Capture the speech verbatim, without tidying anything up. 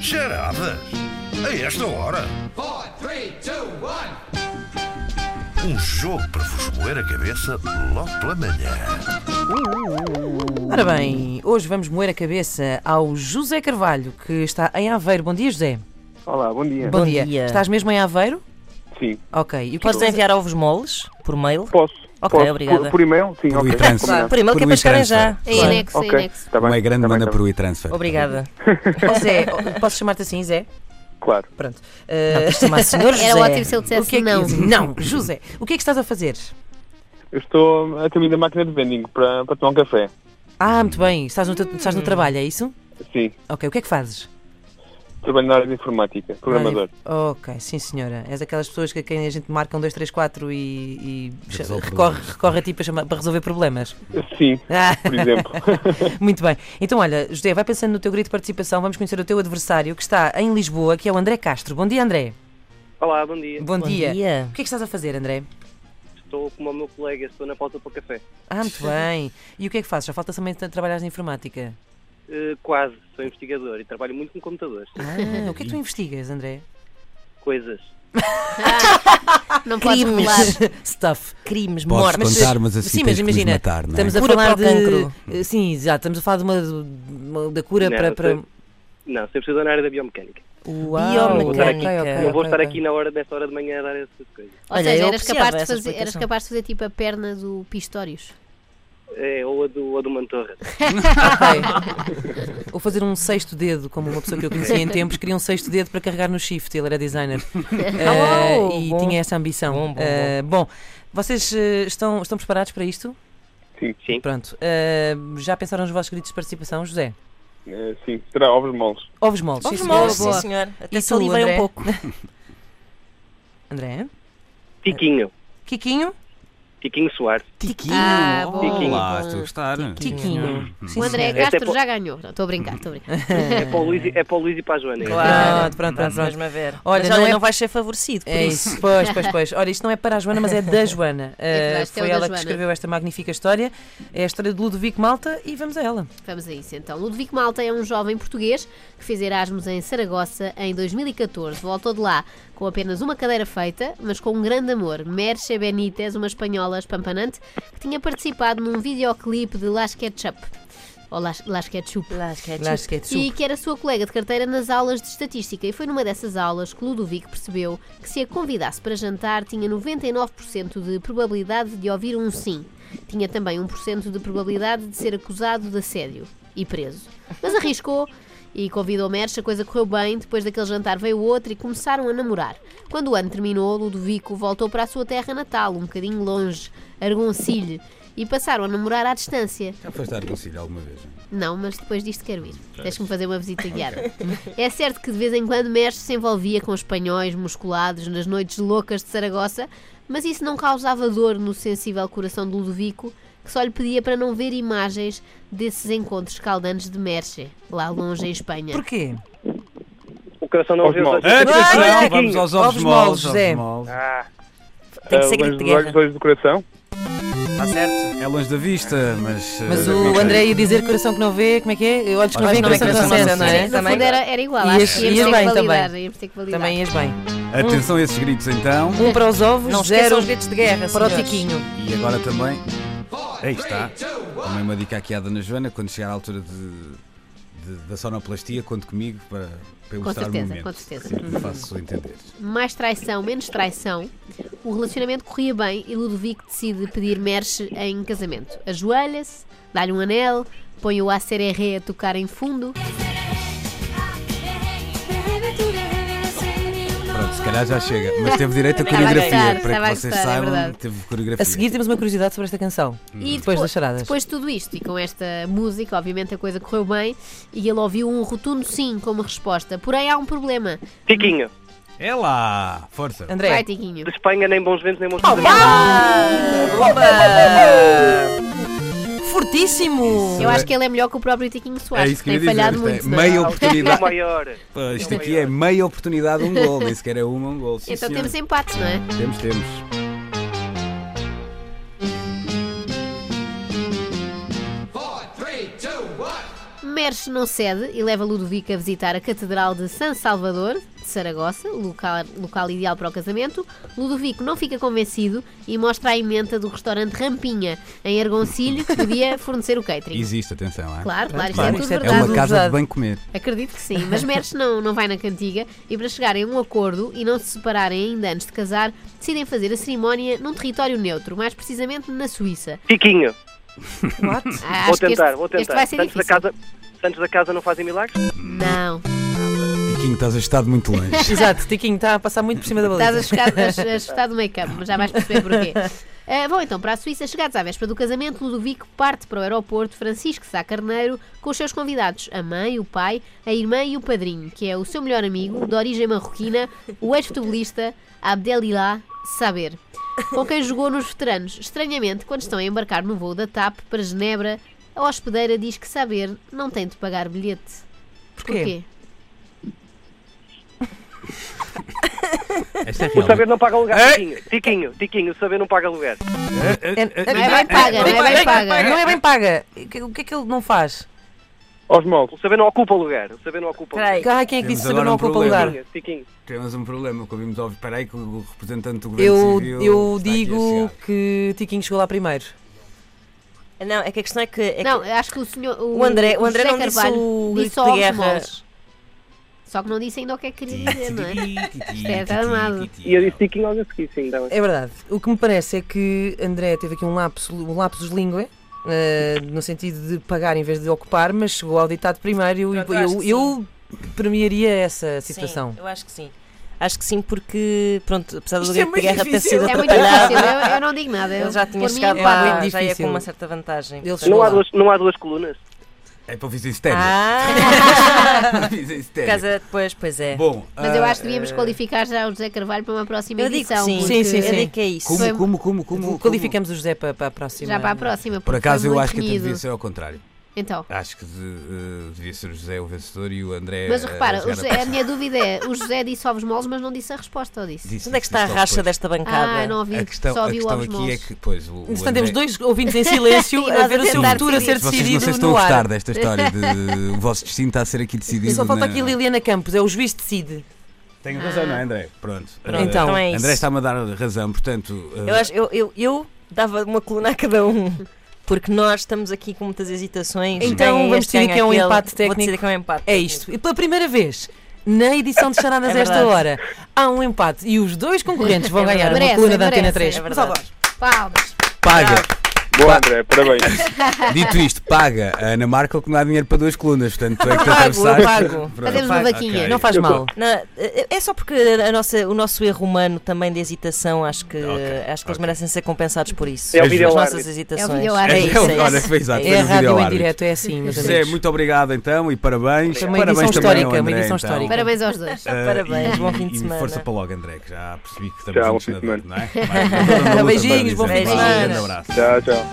Charadas? A esta hora? four, three, two, one. Um jogo para vos moer a cabeça logo pela manhã. Ora bem, hoje vamos moer a cabeça ao José Carvalho, que está em Aveiro. Bom dia, José. Olá, bom dia. Bom, Bom dia. dia. Estás mesmo em Aveiro? Sim. Ok. E o que Podes é que- enviar ovos moles por mail? Posso? Ok, Posso? obrigada. Por, por e-mail? Sim, Por ok. WeTransfer. Combinado. Por e-mail que é Por para chegarem já. WeTransfer. Em anexo, em Ok, anexo. tá bem. Uma grande tá bem, manda tá por bem. WeTransfer. Obrigada. Ó, Zé, posso chamar-te assim, Zé? Claro. Pronto. Não, Uh, tens de chamar senhor José. Era ótimo se ele o que dissesse é que... não. Não, José, o que é que estás a fazer? Eu estou a caminho da máquina de vending para, para tomar um café. Ah, muito bem. Estás no, estás no trabalho, é isso? Sim. Ok. O que é que fazes? Trabalho na área de informática, programador. Ok, sim senhora. És aquelas pessoas que a quem a gente marca um, dois, três, quatro e, e Resolve recorre, problemas. recorre a ti para, chamar- para resolver problemas. Sim, Ah, por exemplo. muito bem. Então, olha, José, vai pensando no teu grito de participação. Vamos conhecer o teu adversário que está em Lisboa, que é o André Castro. Bom dia, André. Olá, bom dia. Bom, Bom dia. dia. O que é que estás a fazer, André? Estou como o meu colega, estou na pausa para o café. Ah, muito bem. E o que é que fazes? Já falta também tra- trabalhar na informática. Uh, quase, sou investigador e trabalho muito com computadores. Ah, o que é que tu investigas, André? Coisas. Não podes Crimes. revelar. Stuff. Crimes, Podes mortes. contar, mas assim Sim, tens mas que nos imagina, matar, não é? Estamos a Cura falar para o de... cancro. eh, Sim, exato. Estamos a falar de uma, uma- da cura Não, para... para... sei- Não, sempre estou na área da biomecânica. Uau, Biomecânica. ok, ok, não vou ok, estar ok. aqui na hora, nessa hora de manhã a dar essas coisas. Ou Olha, seja, eu eras apreciava capaz, de essa fazer, eras explicação. capaz de fazer tipo a perna do Pistórios. É, ou a do, ou a do Mantorra. Ok. Ou fazer um sexto dedo, como uma pessoa que eu conhecia em tempos, queria um sexto dedo para carregar no shift, ele era designer. Eh, Oh, e bom. tinha essa ambição. Bom, bom, Eh, bom, vocês eh, estão, estão preparados para isto? Sim, Sim. Pronto. Eh, já pensaram nos vossos gritos de participação, José? Eh, sim. Será ovos moles. Ovos moles. Ovos sim, moles, senhora. sim senhor. Até E tu, salivei André? um pouco. André? Tiquinho. Kikinho? Tiquinho Soares. Tiquinho. Ah, bom, Olá, bom. estou a gostar. Tiquinho. Sim, O André senhora. Esta é Castro para- já ganhou. Não, estou a brincar, estou a brincar. É para o Luís, e- é para o Luís e para a Joana. Claro. Pronto, pronto, pronto, Dá-se pronto. mesmo a ver. Olha, Mas não olha, é- não vais ser favorecido por É isso. isso, pois, pois, pois. Ora, isto não é para a Joana, mas é da Joana. É verdade, Eh, isto é o foi da ela que Joana. escreveu esta magnífica história. É a história de Ludovico Malta e vamos a ela. Vamos a isso então. Ludovico Malta é um jovem português que fez Erasmus em Saragossa em dois mil e catorze. Voltou de lá com apenas uma cadeira feita, mas com um grande amor. Merche Benítez, uma espanhola espampanante, que tinha participado num videoclipe de Las Ketchup. Ou Las, Las Ketchup. Las ketchup. Las Ketchup. E que era sua colega de carteira nas aulas de estatística. E foi numa dessas aulas que Ludovico percebeu que se a convidasse para jantar tinha noventa e nove por cento de probabilidade de ouvir um sim. Tinha também um por cento de probabilidade de ser acusado de assédio e preso. Mas arriscou e convidou Merche, a coisa correu bem. Depois daquele jantar veio outro e começaram a namorar. Quando o ano terminou, Ludovico voltou para a sua terra natal, um bocadinho longe, Argoncilhe, e passaram a namorar à distância. Já foste dar conselho alguma vez? Não, mas depois disto quero ir. Deixa-me fazer uma visita guiada. É certo que de vez em quando Merche se envolvia com espanhóis musculados nas noites loucas de Saragossa, mas isso não causava dor no sensível coração de Ludovico, que só lhe pedia para não ver imagens desses encontros escaldantes de Merche, lá longe em Espanha. Porquê? O coração não Ovos ouviu os moles. olhos. Atenção, Ai, vamos aos ovos ovos moles, moles. José. ovos moles. Ah, Tem que Ah, ser longe grito de dos olhos, guerra. longe do coração. Está certo? É longe da vista, mas... Mas eh, o ok. André ia dizer coração que não vê, como é que é? Olhos que não Olhos vêem, que não coração que não veem, sente, não é? No Também. fundo era, era igual, Ias- acho que íamos ias ter bem que validar. também. íamos ter que validar. Também ias bem. Atenção a esses gritos então. Um para os ovos, Não esqueçam zero os gritos de guerra, para o senhores. Tiquinho. E agora também... Four, Aí three, está. two, one. Também uma dica aqui à Dona Joana, quando chegar à altura de, de- da sonoplastia, conte comigo para, para Com ilustrar o certeza, momento. com certeza. Sim, faço entender. Mais traição, menos traição, o relacionamento corria bem e Ludovico decide pedir Merche em casamento. Ajoelha-se, dá-lhe um anel, põe o A C R R a tocar em fundo. Pronto, se calhar já chega. Mas teve direito a Estava a coreografia. gostar, Para estava a que vocês gostar, é saibam, verdade. teve coreografia. A seguir temos uma curiosidade sobre esta canção. E Depois das charadas. Depois de tudo isto e com esta música, obviamente a coisa correu bem e ele ouviu um rotundo sim como resposta. Porém há um problema. Tiquinho. É lá! Força! André. Vai, Tiquinho. De Espanha nem bons ventos nem bons Oh, casamentos. Fortíssimo! Eu acho que ele é melhor que o próprio Tiquinho É Soares, isso que que eu tem ia dizer. falhado Isto é muito. não é? meia É o oportunidade. maior. Pô, isto aqui é meia oportunidade, um gol. Nem sequer é uma, um gol. Sim, Então senhor. temos empates, não é? Temos, temos. Four, three, two, one. Meres não cede e leva Ludovico a visitar a Catedral de San Salvador, de Saragossa, o local, local ideal para o casamento. Ludovico não fica convencido e mostra a emenda do restaurante Rampinha, em Argoncilho, que podia fornecer o catering. Existe, atenção, é? Claro, claro, isto Claro, é tudo isto é É verdade. uma casa verdade. de bem comer. Acredito que sim, mas Meres não, não vai na cantiga e para chegarem a um acordo e não se separarem ainda antes de casar, decidem fazer a cerimónia num território neutro, mais precisamente na Suíça. Tiquinho, What? Ah, vou acho que tentar, este, vou tentar. Este vai ser Santos da difícil. casa, Santos da casa não fazem milagres? Não, Tiquinho, estás a estar muito longe. Exato, Tiquinho está a passar muito por cima da estás a baliza. chegar, a, a estar do make-up, mas já vais perceber porquê. Uh, vão então para a Suíça. Chegados à véspera do casamento, Ludovico parte para o aeroporto Francisco Sá Carneiro com os seus convidados, a mãe, o pai, a irmã e o padrinho, que é o seu melhor amigo, de origem marroquina, o ex-futebolista Abdelilah Saber, com quem jogou nos veteranos. Estranhamente, quando estão a embarcar no voo da TAP para Genebra, a hospedeira diz que Saber não tem de pagar bilhete. Porquê? Esta é O real. saber não paga lugar, Tiquinho. Tiquinho, Tiquinho, o saber não paga lugar. É- Não é bem paga, não é bem paga. Não é bem paga. O que- O que é que ele não faz? Aos moldes. O saber não ocupa lugar. O saber não ocupa Peraí. lugar. Ai, quem é que Temos disse saber agora não um ocupa problema. lugar? Tiquinho, Tiquinho. Temos um problema que ouvimos ouvir. Espera aí que o representante do governo Eu, civil eu está aqui a digo chegar. que Tiquinho chegou lá primeiro. Não, é que a questão é que. É que Não, acho que o senhor. O, O André- o André José não disse Carvalho o disse grito só de aos guerra. moles. Só que não disse ainda o que é que queria dizer, não é? Isto é tramado. E eu disse Tiquinho logo a seguir, sim. Tá bem. É verdade. O que me parece é que André teve aqui um lapso, um lapsus língua, eh, no sentido de pagar em vez de ocupar, mas chegou ao ditado primeiro e eu, Pronto, eu acho eu, que eu premiaria essa situação. Sim, eu acho que sim. Acho que sim, porque, pronto, apesar do Isto é grito de muito guerra ter difícil. sido É muito atrapalhado, difícil, eu, eu não digo nada. Eu, ele já tinha por mim, chegado empate. lá, muito já ia difícil. com uma certa vantagem. Ele Não chegou há, lá. duas, não há duas colunas? É para ouvir em estéreo. Ah! Ouvir em Por estéreo. causa depois, pois é. Bom, Mas eu ah, acho que devíamos qualificar já o José Carvalho para uma próxima Eu digo que edição. sim. porque Sim, sim, Eu sim. digo que é isso. Como, Foi- como, como, como, como? Qualificamos o José para, para a próxima. Já para a próxima. Por porque acaso foi eu muito acho que até renhido. devia ser ao contrário. Então. Acho que de- eh, devia ser o José o vencedor e o André. Mas eh, repara, a o jogar José- a a minha dúvida é: o José disse ovos moles, mas não disse a resposta, ou disse? Disse- Onde é que está a disse racha depois. desta bancada? Ah, não ouvi. A questão, Só a ouvi o questão ovos aqui é moles. que, pois, o, o Entretanto, André, temos dois ouvintes em silêncio Sim, a nós ver a o seu tentar futuro a ser decidir. vocês não sei decidido se estão no a gostar ar. desta história de o vosso destino está a ser aqui decidido. Só falta na- aqui Liliana Campos, é o juiz que decide. Tenho razão, não é, André? Pronto. Pronto, Eh, Então, então é isso. André está-me a dar razão, portanto. eh, Eu, acho, eu, eu, eu dava uma coluna a cada um. Porque nós estamos aqui com muitas hesitações. Então Ganha vamos este, decidir ganha que é um aquele. empate Vou técnico. decidir que é um empate É técnico. isto. E pela primeira vez, na edição de Charadas É esta verdade. hora, há um empate e os dois concorrentes vão É ganhar verdade. uma Merecem, coluna da Antena merecem. três. É verdade. Palmas. paga. Boa, André, parabéns. Dito isto, paga a Ana Markel que me dá dinheiro para duas colunas. Portanto, tu é que te Pago, atravessaste. eu pago. Pronto. Fazemos uma Pago. vaquinha. Ok. Não faz mal. Não, é é só porque a nossa, o nosso erro humano também de hesitação, acho que, Ok, acho que eles ok. merecem ser compensados por isso. É o As vídeo nossas árbitro. hesitações. É o vídeo É árbitro. isso, é Olha, isso. foi exato, É foi É a no rádio em vídeo-árbitro. direto, é assim, meus José, amigos. muito obrigado então e parabéns. Foi uma parabéns edição também histórica, ao uma André, edição então. histórica. Parabéns aos dois. Ah, Parabéns, e, bom fim de e semana. força para logo, André, que já percebi que Tchau, estamos bom juntos fim na de dor, não é? Vai, uma luta Beijinhos, para bom fim de dizer. semana. Um grande abraço. Tchau, tchau.